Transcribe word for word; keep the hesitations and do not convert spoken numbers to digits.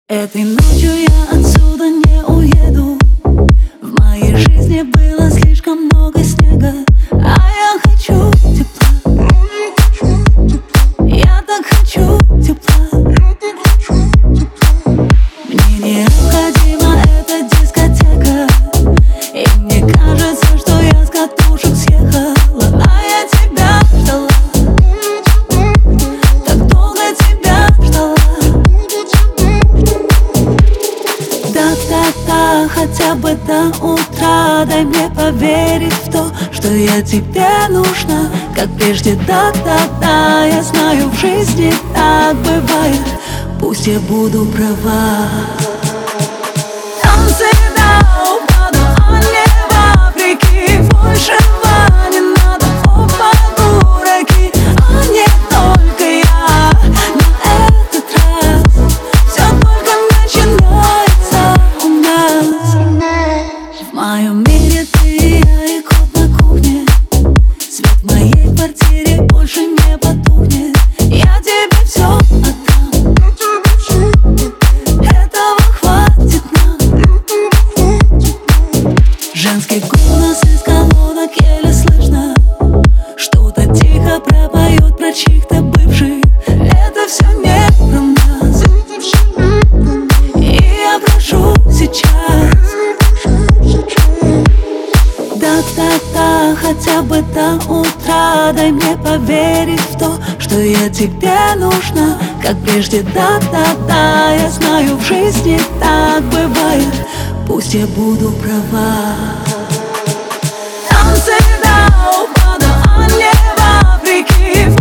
Этой ночью я отсюда не уеду. В моей жизни было слишком много снега, а я хочу тепла. Я так хочу тепла. Мне необходима эта дискотека, и мне кажется, что я с катушек съехала. А я тебя ждала, так долго тебя ждала. Да-да-да, хотя бы до утра дай мне поверить в то, что я тебе нужна, как прежде. Да-да-да, я знаю, в жизни так бывает, пусть я буду права. Танцы до упаду, а не в Африке. Большего не надо, оба дураки, а не только я. На этот раз все только начинается у нас. В моем мире ты и я, и кот на кухне. Свет в моей квартире больше не потухнет. Я тебе все отдам, этого хватит нам. Женский голос из колонок еле слышно, что-то тихо пропоет про чьих-то бывших. Это все не про нас, и я прошу сейчас. Да-да-да, хотя бы до утра дай мне поверить в то, что я тебе нужна, как прежде. Да-да-да, я знаю, в жизни так бывает, пусть я буду права. Танцы до упаду, а не в Африке.